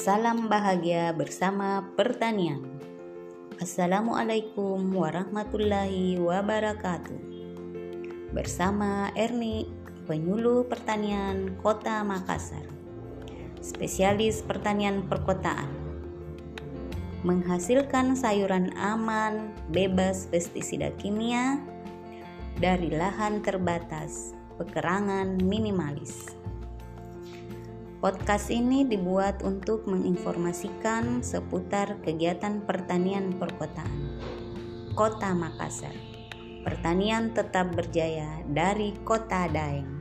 Salam bahagia bersama pertanian. Assalamualaikum warahmatullahi wabarakatuh. Bersama Erni, penyuluh pertanian Kota Makassar, spesialis pertanian perkotaan. Menghasilkan sayuran aman, bebas pestisida kimia, dari lahan terbatas, pekerangan minimalis. Podcast ini dibuat untuk menginformasikan seputar kegiatan pertanian perkotaan Kota Makassar. Pertanian tetap berjaya dari Kota Daeng.